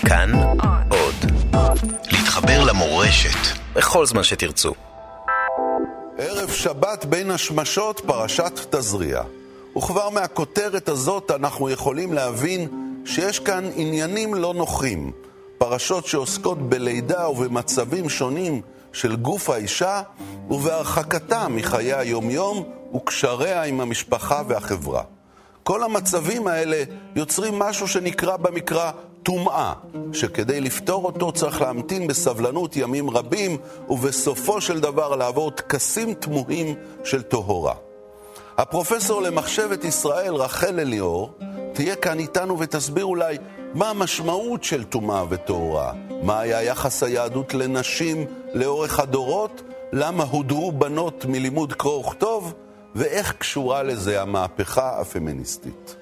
כאן עוד. להתחבר למורשת בכל זמן שתרצו. ערב שבת בין השמשות, פרשת תזריע. וכבר מהכותרת הזאת אנחנו יכולים להבין שיש כאן עניינים לא נוחים. פרשות שעוסקות בלידה ובמצבים שונים של גוף האישה ובהרחקתה מחיי היומיום וקשריה עם המשפחה והחברה. כל המצבים האלה יוצרים משהו שנקרא במקרא טומאה, שכדי לפתור אותו צריך להמתין בסבלנות ימים רבים, ובסופו של דבר לעבור טקסים תמוהים של טהרה. הפרופסור למחשבת ישראל רחל אליאור תהיה כאן איתנו ותסביר אולי מה המשמעות של טומאה וטהרה, מה היה יחס היהדות לנשים לאורך הדורות, למה הודרו בנות מלימוד קרוא וכתוב, ואיך קשורה לזה המהפכה הפמיניסטית.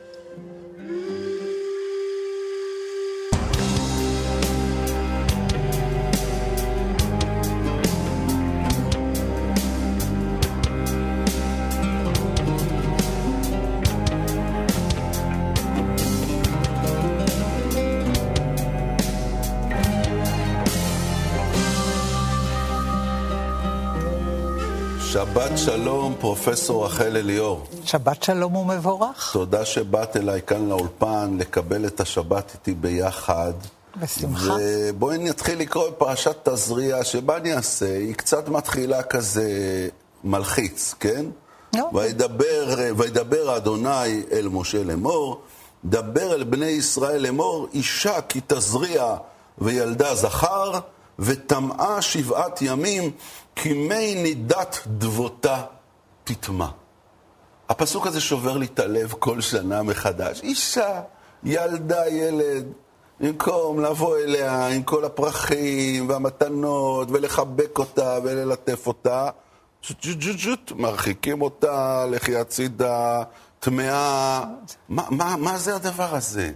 שבת שלום, פרופסור רחל אליאור. שבת שלום ומבורך. תודה שבאת אליי כאן לאולפן לקבל את השבת איתי ביחד. בשמחה. ובואי נתחיל לקרוא פרשת תזריע, שבה אני אעשה, היא קצת מתחילה כזה מלחיץ, כן? וידבר אדוני אל משה לאמור, דבר אל בני ישראל לאמור, אישה כי תזריע וילדה זכר, וטמאה 7 ימים, כי מי נידת דבותה תטמא. הפסוק הזה שובר לי את הלב כל שנה מחדש. אישה, ילדה, ילד, במקום לבוא אליה עם כל הפרחים והמתנות, ולחבק אותה וללטף אותה, מרחיקים אותה, לכי הצידה, טמאה. מה זה הדבר הזה?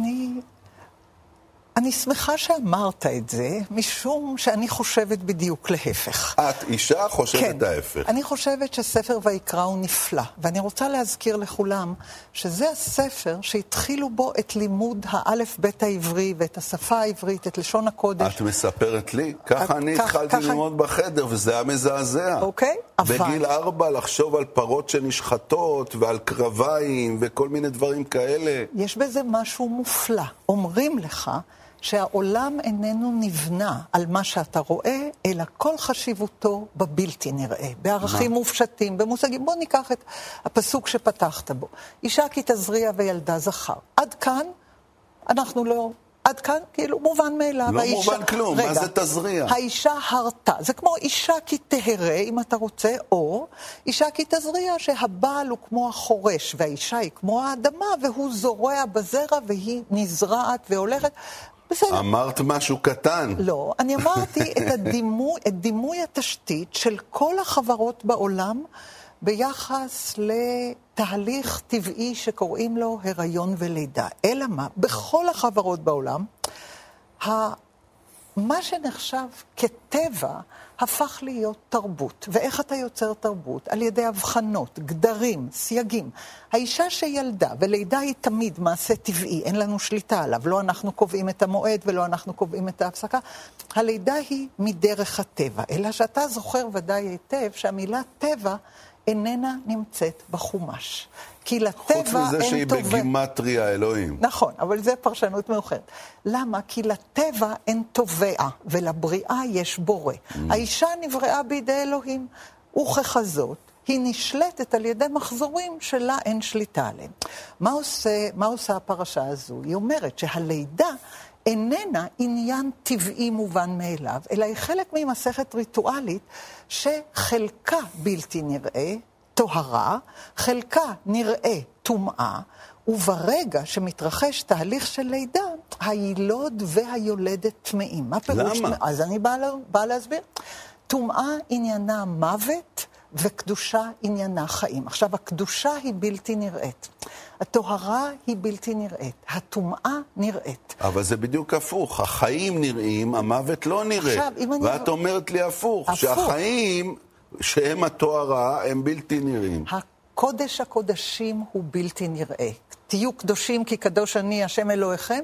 אני שמחה שאמרת את זה, משום שאני חושבת בדיוק להפך. את אישה חושבת ההפך. אני חושבת שספר ויקרא הוא נפלא, ואני רוצה להזכיר לכולם שזה הספר שהתחילו בו את לימוד האלף בית העברי ואת השפה העברית, את לשון הקודש. את מספרת לי? ככה אני התחלתי ללמוד בחדר, וזה היה מזעזע. אוקיי, אבל... בגיל 4 לחשוב על פרות שנשחטות ועל קרביים וכל מיני דברים כאלה. יש בזה משהו מופלא. אומרים לך שהעולם איננו נבנה על מה שאתה רואה, אלא כל חשיבותו בבלתי נראה, בערכים מופשטים, במושגים. בוא ניקח את הפסוק שפתחת בו. אישה כי תזריע וילדה זכר. עד כאן אנחנו לא... עד כאן כאילו מובן מאליו. לא מובן כלום, מה זה תזריע? האישה הרתה, זה כמו אישה כי תהרה, אם אתה רוצה, או אישה כי תזריע, שהבעל הוא כמו החורש, והאישה היא כמו האדמה, והוא זורע בזרע, והיא נזרעת והולכת. בסדר. אמרת משהו קטן. לא, אני אמרתי את דימוי התשתית של כל החברות בעולם, ביחס לתהליך טבעי שקוראים לו הריון ולידה. אלא מה? בכל החברות בעולם, מה שנחשב כטבע הפך להיות תרבות. ואיך אתה יוצר תרבות? על ידי הבחנות, גדרים, סייגים. האישה שילדה, ולידה היא תמיד מעשה טבעי, אין לנו שליטה עליו. לא אנחנו קובעים את המועד ולא אנחנו קובעים את ההפסקה. הלידה היא מדרך הטבע. אלא שאתה זוכר ודאי היטב שהמילה טבע איננה נמצאת בחומש. כי לטבע אין חוץ מזה שהיא בגימטריה אלוהים. נכון, אבל זה פרשנות מאוחרת. למה? כי לטבע אין תובע, ולבריאה יש בורא. האישה נבראה בידי אלוהים, וככזאת היא נשלטת על ידי מחזורים שלה אין שליטה עליהם. מה עושה הפרשה הזו? היא אומרת שהלידה איננה עניין טבעי מובן מאליו, אלא היא חלק ממסכת ריטואלית שחלקה בלתי נראה, טהרה, חלקה נראה טומאה, וברגע שמתרחש תהליך של לידה, הילוד והיולדת טמאים. מה פירוש? למה? אז אני באה להסביר. טומאה עניינה מוות, וקדושה עניינה חיים. עכשיו, הקדושה היא בלתי נראית. הטהרה היא בלתי נראית. הטומאה נראית. אבל זה בדיוק הפוך. החיים נראים, המוות לא נראה. עכשיו, ואת אומרת לי הפוך. שהחיים שהם הטהרה הם בלתי נראים. קודש הקודשים הוא בלתי נראה. תהיו קדושים כי קדוש אני השם אלוהיכם.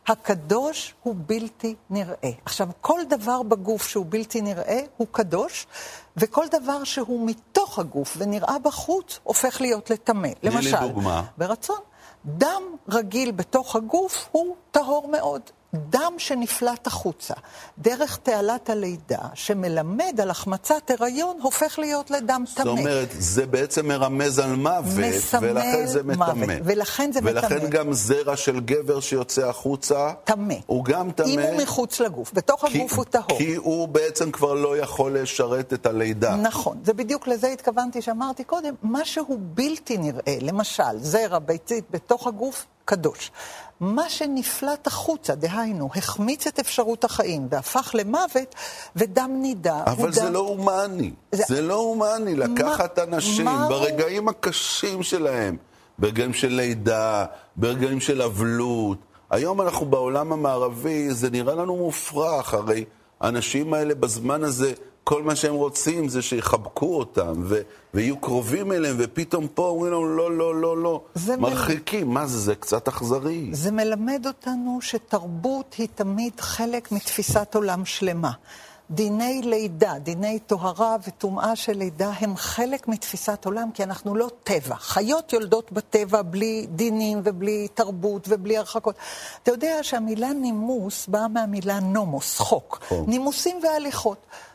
הקדוש הוא בלתי נראה. עכשיו, כל דבר בגוף שהוא בלתי נראה הוא קדוש, וכל דבר שהוא מתוך הגוף ונראה בחוץ הופך להיות לטמא. למשל, לדוגמה. ברצון, דם רגיל בתוך הגוף הוא טהור מאוד. דם שנפלט החוצה, דרך תעלת הלידה, שמלמד על החמצת הריון, הופך להיות לדם טמא. זאת אומרת, זה בעצם מרמז על מוות, ולכן זה מטמא. ולכן זה מטמא. ולכן גם זרע של גבר שיוצא החוצה, טמא. הוא גם טמא. אם הוא מחוץ לגוף, בתוך הגוף הוא טהור. כי הוא בעצם כבר לא יכול לשרת את הלידה. נכון, זה בדיוק לזה התכוונתי שאמרתי קודם, משהו בלתי נראה, למשל, זרע ביצית בתוך הגוף, קדוש. מה שנפלט החוצה, דהיינו, החמיץ את אפשרות החיים והפך למוות, ודם נידה. אבל זה לא הומני. זה לא הומני לקחת אנשים ברגעים הקשים שלהם, ברגעים של לידה, ברגעים של אבלות. היום אנחנו בעולם המערבי, זה נראה לנו מופרך, הרי האנשים האלה בזמן הזה, כל מה שהם רוצים זה שיחבקו אותם ויהיו קרובים אליהם, ופתאום פה אומרים לנו לא, לא, לא, לא. מרחיקים, מה זה? זה קצת אכזרי. זה מלמד אותנו שתרבות היא תמיד חלק מתפיסת עולם שלמה. דיני לידה, דיני טהרה וטומאה של לידה הם חלק מתפיסת עולם, כי אנחנו לא טבע. חיות יולדות בטבע בלי דינים ובלי תרבות ובלי הרחקות. אתה יודע שהמילה נימוס באה מהמילה נומוס, חוק. נימוסים והליכות.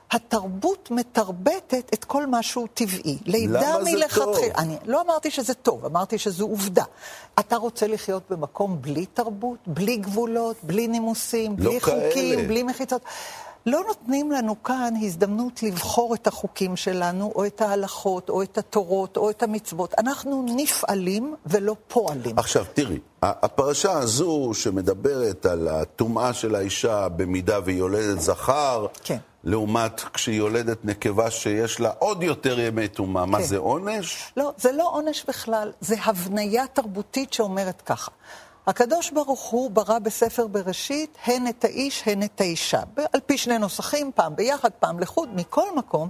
התרבות מתרבטת את כל משהו טבעי. לידה מלכתחילה. אני לא אמרתי שזה טוב, אמרתי שזו עובדה. אתה רוצה לחיות במקום בלי תרבות, בלי גבולות, בלי נימוסים, בלי חוקים, בלי מחיצות. לא נותנים לנו כאן הזדמנות לבחור את החוקים שלנו, או את ההלכות, או את התורות, או את המצוות. אנחנו נפעלים ולא פועלים. עכשיו, תראי, הפרשה הזו שמדברת על הטומאה של האישה במידה והיא יולדת זכר, כן. לעומת כשהיא יולדת נקבה שיש לה עוד יותר ימי טומאה, מה זה עונש? לא, זה לא עונש בכלל, זה הבניה תרבותית שאומרת ככה. הקדוש ברוך הוא ברא בספר בראשית, הן את האיש, הן את האישה. על פי שני נוסחים, פעם ביחד, פעם לחוד, מכל מקום,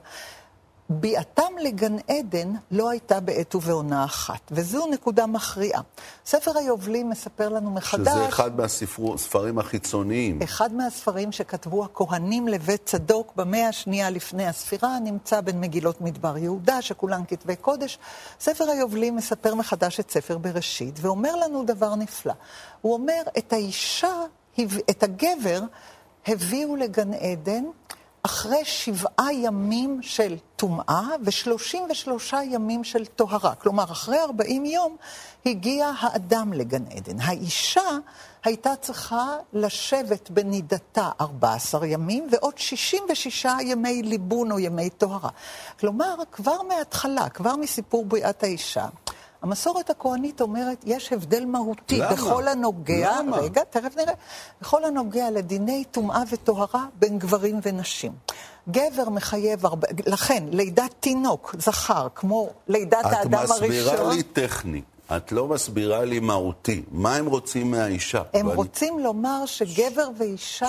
ביאתם לגן עדן לא הייתה בעת ובעונה אחת, וזו נקודה מכריעה. ספר היובלים מספר לנו מחדש... שזה אחד מהספרים החיצוניים. אחד מהספרים שכתבו הכהנים לבית צדוק במאה השנייה לפני הספירה, נמצא בין מגילות מדבר יהודה, שכולן כתבי קודש. ספר היובלים מספר מחדש את ספר בראשית, ואומר לנו דבר נפלא. הוא אומר, את האישה, את הגבר, הביאו לגן עדן, אחרי 7 ימים של טומאה ו33 ימים של טהרה. כלומר, אחרי 40 יום הגיע האדם לגן עדן. האישה הייתה צריכה לשבת בנידתה 14 ימים ועוד 66 ימי ליבון או ימי טהרה. כלומר, כבר מההתחלה, כבר מסיפור בריאת האישה, המסורת הכהנית אומרת, יש הבדל מהותי בכל הנוגע, רגע, תכף נראה, בכל הנוגע לדיני טומאה וטהרה בין גברים ונשים. גבר מחייב, לכן, לידת תינוק, זכר, כמו לידת האדם הראשון. את מסבירה לי טכני, את לא מסבירה לי מהותי. מה הם רוצים מהאישה? הם רוצים לומר שגבר ואישה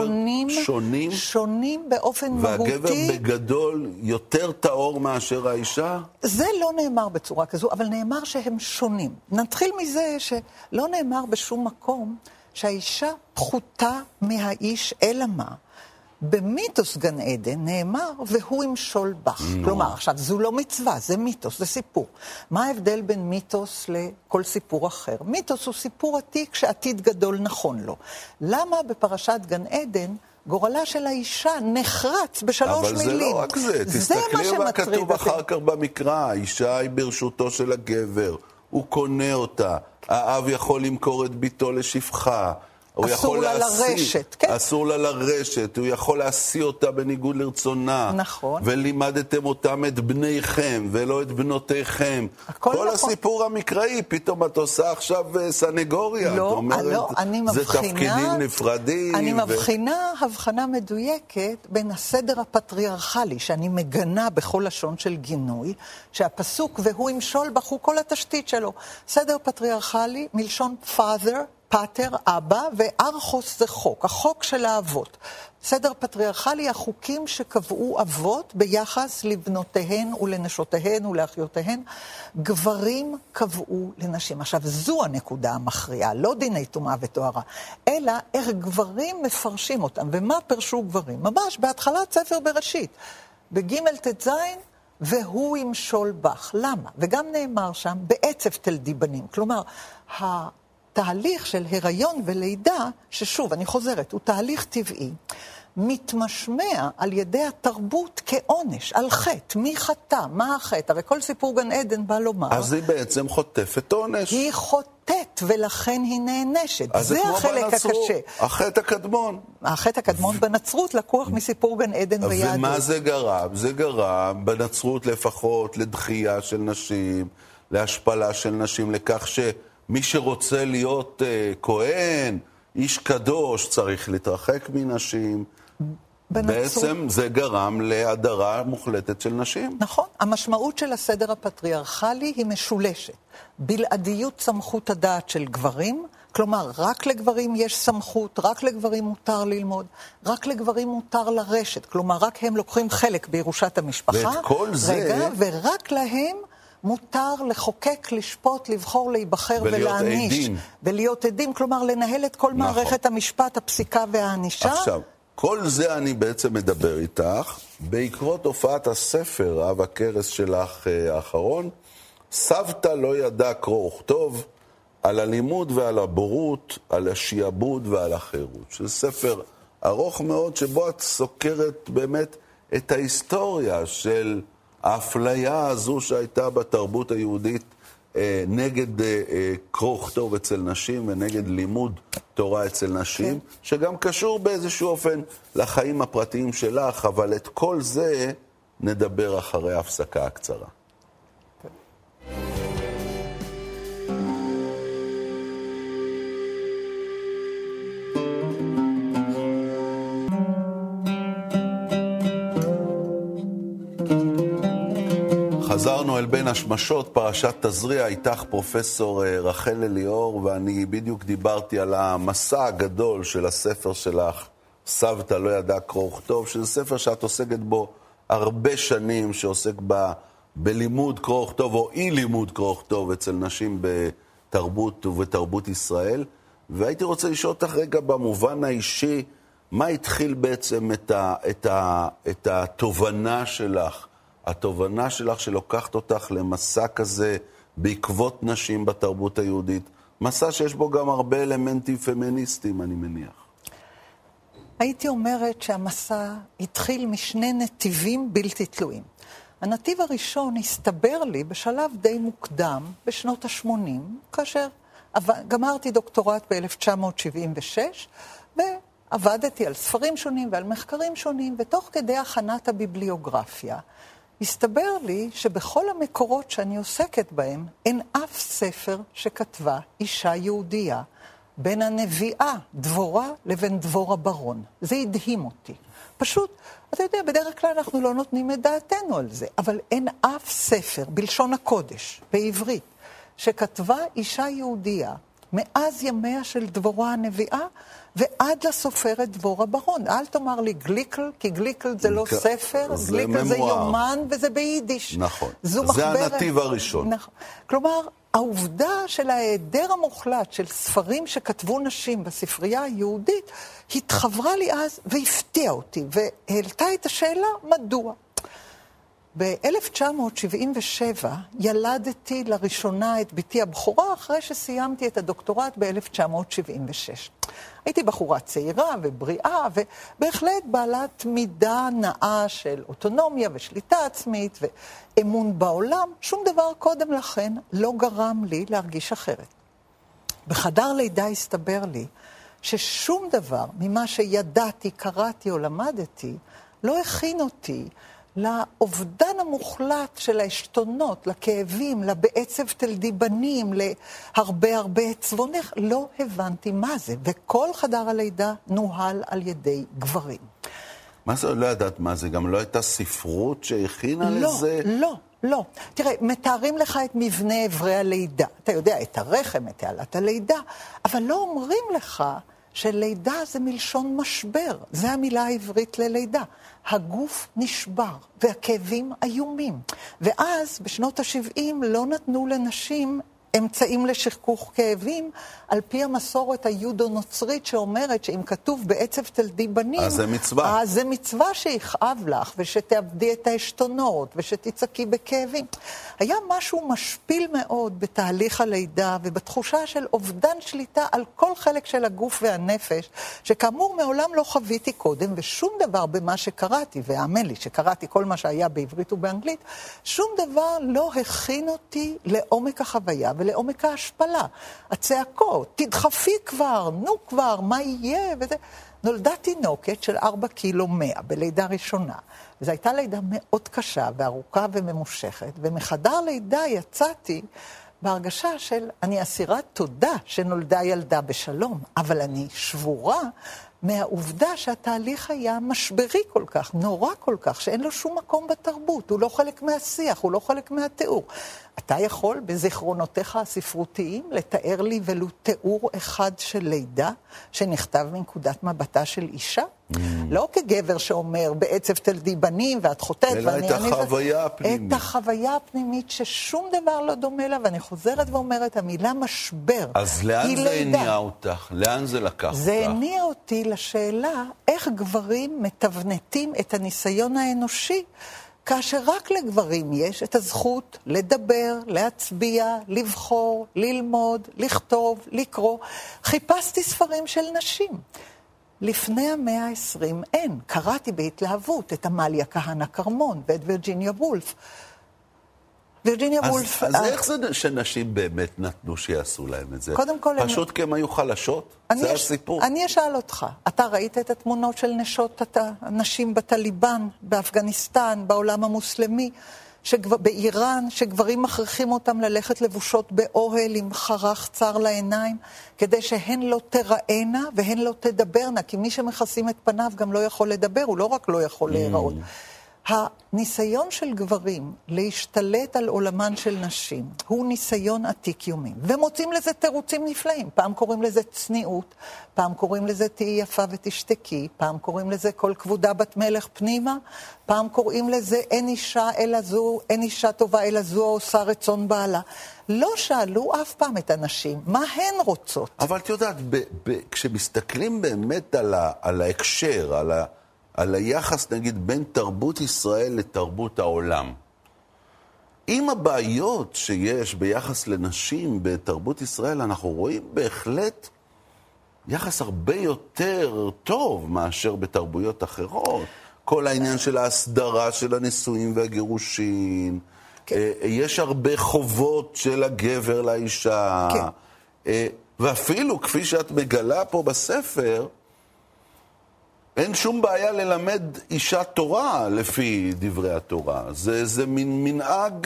שונים באופן מהותי. והגבר בגדול יותר טהור מאשר האישה? זה לא נאמר בצורה כזו, אבל נאמר שהם שונים. נתחיל מזה שלא נאמר בשום מקום שהאישה פחותה מהאיש, אלא מה? במיתוס גן עדן נאמר, והוא ימשול בך. כלומר, עכשיו, זו לא מצווה, זה מיתוס, זה סיפור. מה ההבדל בין מיתוס לכל סיפור אחר? מיתוס הוא סיפור עתיק שעתיד גדול נכון לו. למה בפרשת גן עדן גורלה של האישה נחרץ בשלוש מילים? אבל זה לא רק זה. תסתכלי מה כתוב אחר כך במקרא. האישה היא ברשותו של הגבר. הוא קונה אותה. האב יכול למכור את ביתו לשפחה. אסור לה לרשת, כן. אסור לה לרשת, הוא יכול להשיא אותה בניגוד לרצונה. נכון. ולימדתם אותם את בניכם, ולא את בנותיכם. כל נכון. הסיפור המקראי, פתאום את עושה עכשיו סנגוריה. לא, את אומרת, לא, אני מבחינה... זה תפקידים נפרדים. אני מבחינה הבחנה מדויקת בין הסדר הפטריארכלי, שאני מגנה בכל לשון של גינוי, שהפסוק והוא ימשול בך הוא כל התשתית שלו. סדר פטריארכלי, מלשון father, פטר, אבא, וארכוס זה חוק, החוק של האבות. סדר פטריארכלי, החוקים שקבעו אבות ביחס לבנותיהן ולנשותיהן ולאחיותיהן, גברים קבעו לנשים. עכשיו, זו הנקודה המכריעה, לא דיני טומאה וטהרה, אלא איך גברים מפרשים אותם. ומה פרשו גברים? ממש בהתחלת ספר בראשית, בג' ט"ז, והוא ימשול בך. למה? וגם נאמר שם, בעצב תלדי בנים. כלומר, התהליך של הריון ולידה, ששוב, אני חוזרת, הוא תהליך טבעי, מתמשמע על ידי התרבות כעונש, על חטא, מי חטא, מה החטא, וכל סיפור גן עדן בא לומר. אז היא בעצם חוטפת עונש. היא חוטאת, ולכן היא נענשת. זה החלק הקשה. החטא הקדמון. החטא הקדמון בנצרות לקוח מסיפור גן עדן ויהדות. ומה זה גרם? זה גרם בנצרות לפחות לדחייה של נשים, להשפלה של נשים, לכך שמי שרוצה להיות כהן, איש קדוש, צריך להתרחק מנשים. בעצם זה גרם להדרה מוחלטת של נשים. נכון. המשמעות של הסדר הפטריארכלי היא משולשת. בלעדיות סמכות הדעת של גברים, כלומר, רק לגברים יש סמכות, רק לגברים מותר ללמוד, רק לגברים מותר לרשת, כלומר, רק הם לוקחים חלק בירושת המשפחה. ואת כל זה... רגע, ורק להם מותר לחוקק, לשפוט, לבחור, להיבחר ולהעניש. עדים. ולהיות עדים, כלומר, לנהל את כל מערכת המשפט, הפסיקה והענישה. עכשיו, כל זה אני בעצם מדבר איתך, בעקבות הופעת הספר, אב הכרס שלך האחרון, סבתא לא ידע קרוא וכתוב, על הלימוד ועל הבורות, על השיעבוד ועל החירות. שזה ספר ארוך מאוד, שבו את סוקרת באמת את ההיסטוריה של האפליה הזו שהייתה בתרבות היהודית נגד קרוא וכתוב אצל נשים ונגד לימוד תורה אצל נשים, שגם קשור באיזשהו אופן לחיים הפרטיים שלך, אבל את כל זה נדבר אחרי ההפסקה הקצרה. חזרנו אל בין השמשות, פרשת תזריע, איתך פרופסור רחל אליאור, ואני בדיוק דיברתי על המסע הגדול של הספר שלך, סבתא לא ידע קרוא וכתוב, שזה ספר שאת עוסקת בו הרבה שנים, שעוסק בלימוד קרוא וכתוב, או אי לימוד קרוא וכתוב אצל נשים בתרבות ובתרבות ישראל. והייתי רוצה לשאול אותך רגע במובן האישי, מה התחיל בעצם את התובנה שלך? התובנה שלך שלוקחת אותך למסע כזה בעקבות נשים בתרבות היהודית, מסע שיש בו גם הרבה אלמנטים פמיניסטיים, אני מניח. הייתי אומרת שהמסע התחיל משני נתיבים בלתי תלויים. הנתיב הראשון הסתבר לי בשלב די מוקדם, בשנות ה-80, כאשר גמרתי דוקטורט ב-1976, ועבדתי על ספרים שונים ועל מחקרים שונים, ותוך כדי הכנת הביבליוגרפיה, הסתבר לי שבכל המקורות שאני עוסקת בהם, אין אף ספר שכתבה אישה יהודייה, בין הנביאה דבורה לבין דבורה ברון. זה הדהים אותי. פשוט, אתה יודע, בדרך כלל אנחנו לא נותנים את דעתנו על זה, אבל אין אף ספר בלשון הקודש, בעברית, שכתבה אישה יהודייה, מאז ימיה של דבורה הנביאה, ועד לסופרת דבורה ברון. אל תאמר לי גליקל, כי גליקל זה לא ספר, גליקל זה יומן וזה ביידיש. נכון, זה הנתיב הראשון. נכון. כלומר, העובדה של ההיעדר המוחלט של ספרים שכתבו נשים בספרייה היהודית, התחברה לי אז והפתיעה אותי, והעלתה את השאלה מדוע. ב-1977 ילדתי לראשונה את ביתי הבכורה אחרי שסיימתי את הדוקטורט ב-1976. הייתי בחורה צעירה ובריאה ובהחלט בעלת מידה נאה של אוטונומיה ושליטה עצמית ואמון בעולם. שום דבר קודם לכן לא גרם לי להרגיש אחרת. בחדר לידה הסתבר לי ששום דבר ממה שידעתי, קראתי או למדתי לא הכין אותי לאובדן המוחלט של העשתונות, לכאבים, לבעצב תלדי בנים, להרבה הרבה צבונך. לא הבנתי מה זה, וכל חדר הלידה נוהל על ידי גברים. מה זה? לא ידעת מה זה? גם לא הייתה ספרות שהכינה לזה? לא. לא. תראה, מתארים לך את מבנה אברי הלידה. אתה יודע, את הרחם, את תעלת הלידה, אבל לא אומרים לך שלידה זה מלשון משבר. זה המילה העברית ללידה. הגוף נשבר, והכאבים איומים. ואז, בשנות ה-70, לא נתנו לנשים אמצעים לשככוך כאבים, על פי המסורת היודו-נוצרית שאומרת שאם כתוב בעצב תלדי בנים, אז זה מצווה. אז זה מצווה שיכאב לך, ושתעבדי את העשתונות, ושתצעקי בכאבים. היה משהו משפיל מאוד בתהליך הלידה, ובתחושה של אובדן שליטה על כל חלק של הגוף והנפש, שכאמור מעולם לא חוויתי קודם, ושום דבר במה שקראתי, והאמן לי שקראתי כל מה שהיה בעברית ובאנגלית, שום דבר לא הכין אותי לעומק החוויה ולעומק ההשפלה. הצעקות, תדחפי כבר, נו כבר, מה יהיה? וזה. נולדה תינוקת של 4 קילו 100 בלידה ראשונה. וזו הייתה לידה מאוד קשה וארוכה וממושכת, ומחדר לידה יצאתי בהרגשה של אני אסירת תודה שנולדה ילדה בשלום, אבל אני שבורה מהעובדה שהתהליך היה משברי כל כך, נורא כל כך, שאין לו שום מקום בתרבות, הוא לא חלק מהשיח, הוא לא חלק מהתיאור. אתה יכול בזיכרונותיך הספרותיים לתאר לי ולו תיאור אחד של לידה שנכתב מנקודת מבטה של אישה? לא כגבר שאומר בעצב תלדי בנים ואת חוטאת אלא את החוויה הפנימית. את החוויה הפנימית ששום דבר לא דומה לה, ואני חוזרת ואומרת, המילה משבר. אז לאן זה הניע אותך? לאן זה לקח אותך? זה הניע אותי לשאלה איך גברים מתבנתים את הניסיון האנושי, כאשר רק לגברים יש את הזכות לדבר, להצביע, לבחור, ללמוד, לכתוב, לקרוא. חיפשתי ספרים של נשים. לפני המאה ה-20 אין. קראתי בהתלהבות את עמליה כהנא כרמון ואת וירג'יניה וולף. וירג'יניה וולף... אז איך זה שנשים באמת נתנו שיעשו להם את זה? קודם כל... פשוט כי הם היו חלשות? זה הסיפור? אני אשאל אותך. אתה ראית את התמונות של נשים בטליבן, באפגניסטן, בעולם המוסלמי, באיראן, שגברים מכריחים אותם ללכת לבושות באוהל עם חרך צר לעיניים, כדי שהן לא תראינה והן לא תדברנה, כי מי שמכסים את פניו גם לא יכול לדבר, הוא לא רק לא יכול להיראות. הניסיון של גברים להשתלט על עולמן של נשים הוא ניסיון עתיק יומין, ומוצאים לזה תירוצים נפלאים. פעם קוראים לזה צניעות, פעם קוראים לזה תהי יפה ותשתקי, פעם קוראים לזה כל כבודה בת מלך פנימה, פעם קוראים לזה אין אישה טובה אלא זו עושה רצון בעלה. לא שאלו אף פעם את הנשים מה הן רוצות. אבל את יודעת, כשמסתכלים באמת על ההקשר, על היחס, נגיד, בין תרבות ישראל לתרבות העולם. עם הבעיות שיש ביחס לנשים בתרבות ישראל, אנחנו רואים בהחלט יחס הרבה יותר טוב מאשר בתרבויות אחרות. כל העניין של ההסדרה של הנישואים והגירושים, כן. יש הרבה חובות של הגבר לאישה, כן. ואפילו, כפי שאת מגלה פה בספר, אין שום בעיה ללמד אישה תורה לפי דברי התורה. זה מנהג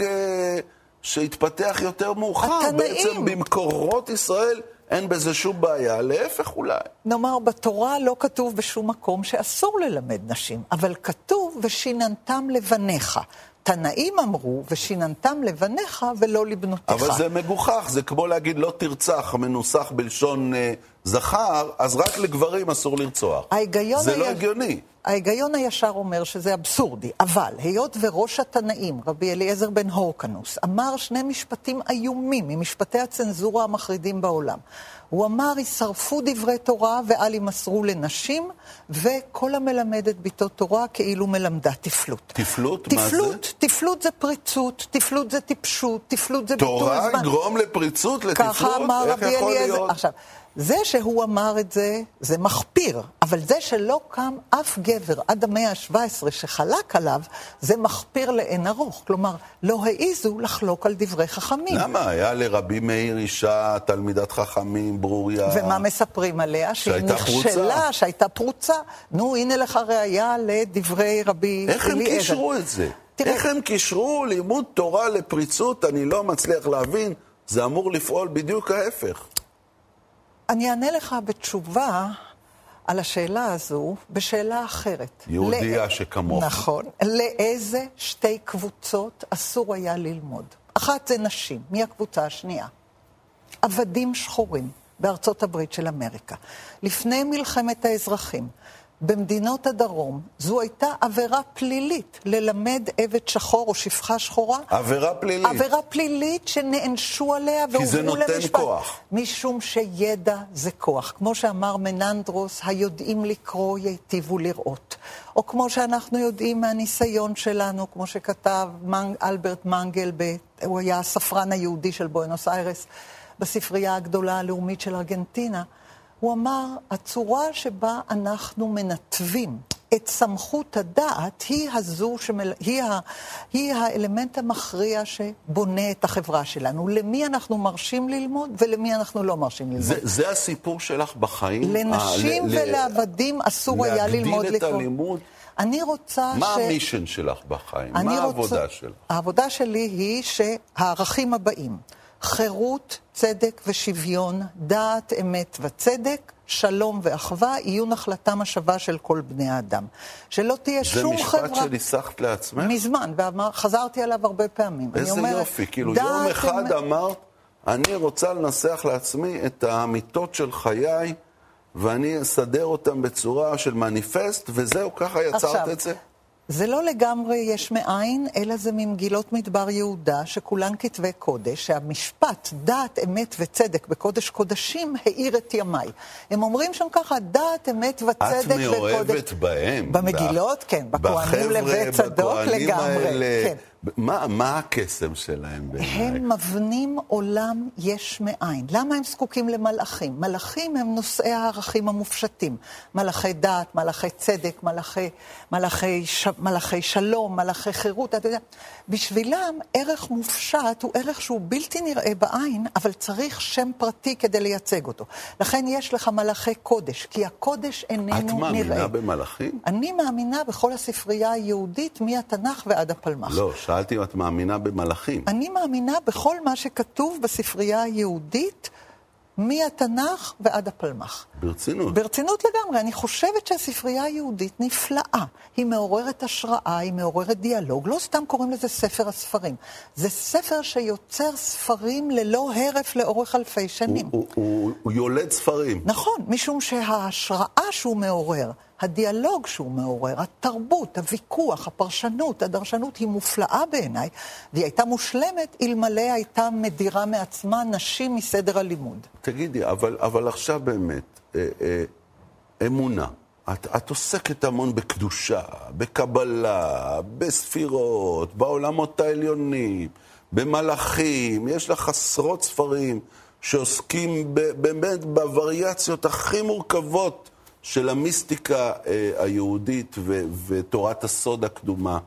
שהתפתח יותר מאוחר. בעצם במקורות ישראל אין בזה שום בעיה, להפך אולי. נאמר, בתורה לא כתוב בשום מקום שאסור ללמד נשים, אבל כתוב ושיננתם לבניך. תנאים אמרו ושיננתם לבניך ולא לבנותיך. אבל זה מגוחך, זה כמו להגיד לא תרצח, מנוסח בלשון זכר, אז רק לגברים אסור לרצוח. זה לא הגיוני. ההיגיון הישר אומר שזה אבסורדי, אבל היות וראש התנאים, רבי אליעזר בן הורקנוס, אמר 2 משפטים איומים ממשפטי הצנזורה המחרידים בעולם. הוא אמר, ישרפו דברי תורה ואל ימסרו לנשים, וכל המלמד את ביתו תורה כאילו מלמדה תפלות. תפלות? מה זה? תפלות זה פריצות, תפלות זה טיפשות, תפלות זה ביטול זמן. תורה יגרום לפריצות, לתפלות? ככה אמר רבי אליעזר. עכשיו, זה שהוא אמר את זה, זה מחפיר, אבל זה שלא קם אף גבר עד המאה ה-17 שחלק עליו, זה מחפיר לאין ארוך. כלומר, לא העיזו לחלוק על דברי חכמים. למה? היה לרבי מאיר אישה, תלמידת חכמים, ברוריה. ומה מספרים עליה? שהיא נכשלה, שהייתה פרוצה. נו, הנה לך ראיה לדברי רבי אליעזר. איך הם קישרו את זה? איך הם קישרו לימוד תורה לפריצות? אני לא מצליח להבין. זה אמור לפעול בדיוק ההפך. אני אענה לך בתשובה על השאלה הזו בשאלה אחרת. יהודיה שכמוך. נכון. לאיזה שתי קבוצות אסור היה ללמוד? אחת זה נשים, מי הקבוצה השנייה? עבדים שחורים בארצות הברית של אמריקה. לפני מלחמת האזרחים, במדינות הדרום, זו הייתה עבירה פלילית ללמד עבד שחור או שפחה שחורה. עבירה פלילית. עבירה פלילית שנענשו עליה והובאו למשפט. כי זה נותן כוח. משום שידע זה כוח. כמו שאמר מננדרוס, היודעים לקרוא ייטיבו לראות. או כמו שאנחנו יודעים מהניסיון שלנו, כמו שכתב אלברט מנגל, הוא היה הספרן היהודי של בואנוס איירס, בספרייה הגדולה הלאומית של ארגנטינה, הוא אמר, הצורה שבה אנחנו מנתבים את סמכות הדעת היא האלמנט המכריע שבונה את החברה שלנו. למי אנחנו מרשים ללמוד ולמי אנחנו לא מרשים ללמוד. זה הסיפור שלך בחיים? לנשים ולעבדים אסור היה ללמוד להגדיל את הלימוד? אני רוצה מה המישן שלך בחיים? מה העבודה שלך? העבודה שלי היא שהערכים הבאים, חירות, צדק ושוויון, דעת, אמת וצדק, שלום ואחווה, יהיו נחלתם השווה של כל בני האדם. שלא תהיה שום חברה... זה משפט שניסחת לעצמך? מזמן, וחזרתי עליו הרבה פעמים. איזה יופי, כאילו יום אחד אמרת, אני רוצה לנסח לעצמי את האמיתות של חיי, ואני אסדר אותם בצורה של מניפסט, וזהו, ככה יצרת את זה? זה לא לגמרי יש מאין, אלא זה ממגילות מדבר יהודה, שכולן כתבי קודש, שהמשפט, דעת, אמת וצדק בקודש קודשים, העיר את ימיי. הם אומרים שם ככה, דעת, אמת וצדק את מאוהבת בהם. במגילות, כן, בכהנים לבית צדוק לגמרי. כן. מה הקסם שלהם בעיניי? הם מבנים עולם יש מאין. למה הם זקוקים למלאכים? מלאכים הם נושאי הערכים המופשטים. מלאכי דת, מלאכי צדק, מלאכי שלום, מלאכי חירות. אתה יודע, בשבילם ערך מופשט הוא ערך שהוא בלתי נראה בעין, אבל צריך שם פרטי כדי לייצג אותו. לכן יש לך מלאכי קודש, כי הקודש איננו נראה. את מאמינה במלאכים? אני מאמינה בכל הספרייה היהודית, מהתנ"ך ועד הפלמ"ח. לא, שאלתי אם את מאמינה במלאכים. אני מאמינה בכל מה שכתוב בספרייה היהודית, מהתנ"ך ועד הפלמ"ח. ברצינות? ברצינות לגמרי. אני חושבת שהספרייה היהודית נפלאה. היא מעוררת השראה, היא מעוררת דיאלוג. לא סתם קוראים לזה ספר הספרים. זה ספר שיוצר ספרים ללא הרף לאורך אלפי שנים. הוא יולד ספרים. נכון, משום שההשראה שהוא מעורר, הדיאלוג שהוא מעורר, התרבות, הוויכוח, הפרשנות, הדרשנות היא מופלאה בעיניי, והיא הייתה מושלמת אלמלא הייתה מדירה מעצמה נשים מסדר הלימוד. תגידי, אבל עכשיו באמת, אמונה. את עוסקת המון בקדושה, בקבלה, בספירות, בעולמות העליונים, במלאכים, יש לך עשרות ספרים שעוסקים באמת בווריאציות הכי מורכבות של המיסטיקה היהודית ותורת הסוד הקדומה.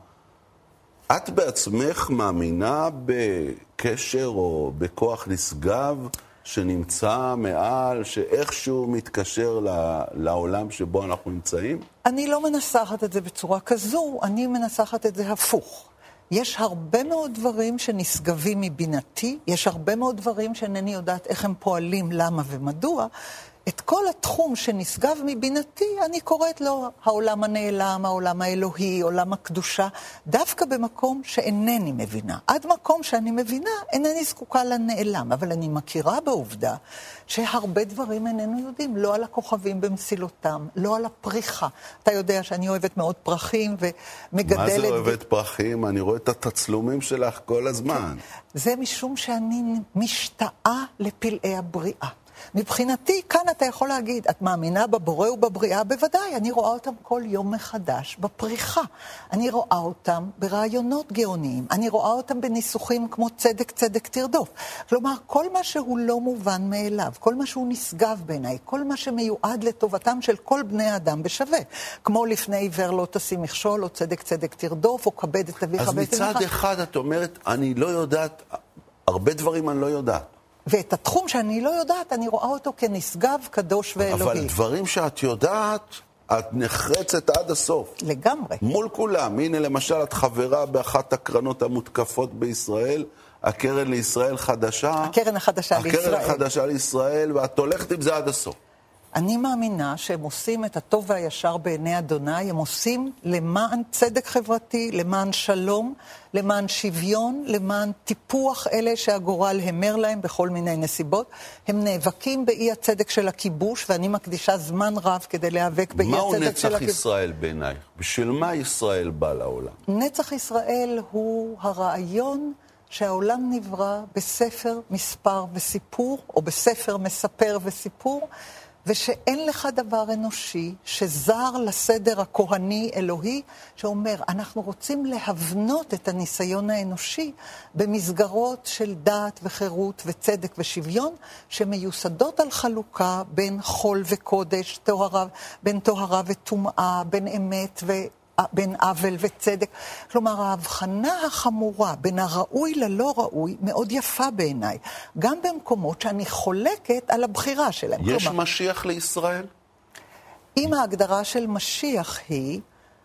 את בעצמך מאמינה בקשר או בכוח נשגב שנמצא מעל, שאיכשהו מתקשר לעולם שבו אנחנו נמצאים? אני לא מנסחת את זה בצורה כזו, אני מנסחת את זה הפוך. יש הרבה מאוד דברים שנשגבים מבינתי, יש הרבה מאוד דברים שאינני יודעת איך הם פועלים, למה ומדוע. את כל התחום שנשגב מבינתי, אני קוראת לו העולם הנעלם, העולם האלוהי, עולם הקדושה, דווקא במקום שאינני מבינה. עד מקום שאני מבינה, אינני זקוקה לנעלם, אבל אני מכירה בעובדה שהרבה דברים איננו יודעים, לא על הכוכבים במסילותם, לא על הפריחה. אתה יודע שאני אוהבת מאוד פרחים ומגדלת... מה זה אוהבת פרחים? אני רואה את התצלומים שלך כל הזמן. זה משום שאני משתאה לפלאי הבריאה. מבחינתי, כאן אתה יכול להגיד, את מאמינה בבורא ובבריאה? בוודאי, אני רואה אותם כל יום מחדש בפריחה. אני רואה אותם ברעיונות גאוניים. אני רואה אותם בניסוחים כמו צדק, צדק תרדוף. כלומר, כל מה שהוא לא מובן מאליו, כל מה שהוא נשגב בעיניי, כל מה שמיועד לטובתם של כל בני האדם בשווה. כמו לפני עיוור לא תשים מכשול, או צדק, צדק תרדוף, או כבד את אביך. אז מצד אחד את אומרת, אני לא יודעת, הרבה דברים אני לא יודעת. ואת התחום שאני לא יודעת, אני רואה אותו כנשגב, קדוש ואלוהי. אבל דברים שאת יודעת, את נחרצת עד הסוף. לגמרי. מול כולם. הנה למשל, את חברה באחת הקרנות המותקפות בישראל, הקרן לישראל חדשה. הקרן החדשה לישראל. הקרן החדשה לישראל, ואת הולכת עם זה עד הסוף. אני מאמינה שהם עושים את הטוב והישר בעיני אדוני, הם עושים למען צדק חברתי, למען שלום, למען שוויון, למען טיפוח אלה שהגורל המר להם בכל מיני נסיבות. הם נאבקים באי הצדק של הכיבוש, ואני מקדישה זמן רב כדי להיאבק באי הצדק של הכיבוש. מהו נצח ישראל בעינייך? בשביל מה ישראל בא לעולם? נצח ישראל הוא הרעיון שהעולם נברא בספר מספר וסיפור, או בספר מספר וסיפור, ושאין לך דבר אנושי שזר לסדר הכהני אלוהי, שאומר, אנחנו רוצים להבנות את הניסיון האנושי במסגרות של דת וחירות וצדק ושוויון, שמיוסדות על חלוקה בין חול וקודש, בין טוהרה וטומאה, בין אמת בין עוול וצדק. כלומר, ההבחנה החמורה בין הראוי ללא ראוי מאוד יפה בעיניי. גם במקומות שאני חולקת על הבחירה שלהם. יש כלומר, משיח לישראל? אם ההגדרה של משיח היא,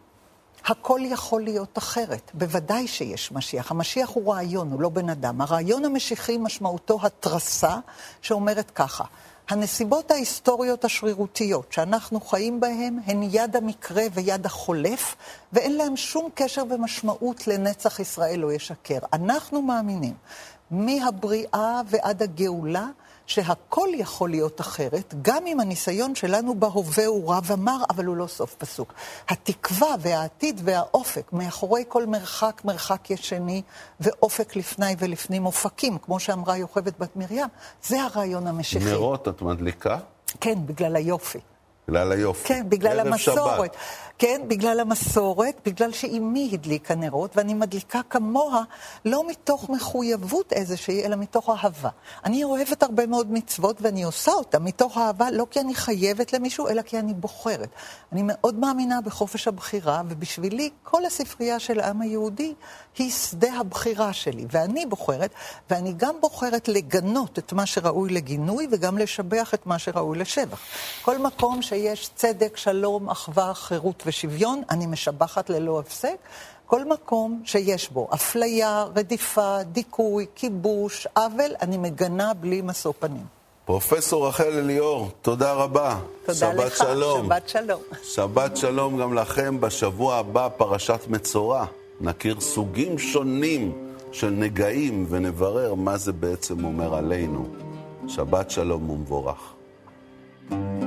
הכל יכול להיות אחרת. בוודאי שיש משיח. המשיח הוא רעיון, הוא לא בן אדם. הרעיון המשיחי משמעותו התרסה שאומרת ככה, הנסיבות ההיסטוריות השרירותיות שאנחנו חיים בהן הן יד המקרה ויד החולף, ואין להם שום קשר ומשמעות לנצח ישראל לא ישקר. אנחנו מאמינים מהבריאה ועד הגאולה שהכל יכול להיות אחרת, גם אם הניסיון שלנו בהווה הוא רב אמר, אבל הוא לא סוף פסוק. התקווה והעתיד והאופק, מאחורי כל מרחק, מרחק ישני, ואופק לפני ולפנים אופקים, כמו שאמרה יוכבד בת מרים, זה הרעיון המשיחי. נרות את מדליקה? כן, בגלל היופי. בגלל היופי. כן, בגלל המסורת. כן, בגלל המסורת, בגלל שאימי הדליקה נרות, ואני מדליקה כמוה, לא מתוך מחויבות איזושהי, אלא מתוך אהבה. אני אוהבת הרבה מאוד מצוות, ואני עושה אותה מתוך אהבה, לא כי אני חייבת למישהו, אלא כי אני בוחרת. אני מאוד מאמינה בחופש הבחירה, ובשבילי כל הספרייה של העם היהודי היא שדה הבחירה שלי, ואני בוחרת, ואני גם בוחרת לגנות את מה שראוי לגינוי, וגם לשבח את מה שראוי לשבח. כל מקום שיש צדק, שלום, אחווה, חירות ושוויון, אני משבחת ללא הפסק. כל מקום שיש בו אפליה, רדיפה, דיכוי, כיבוש, עוול, אני מגנה בלי משוא פנים. פרופסור רחל אליאור, תודה רבה. תודה לך, שלום. שבת שלום. שבת שלום גם לכם. בשבוע הבא פרשת מצורע. נכיר סוגים שונים של נגעים ונברר מה זה בעצם אומר עלינו. שבת שלום ומבורך.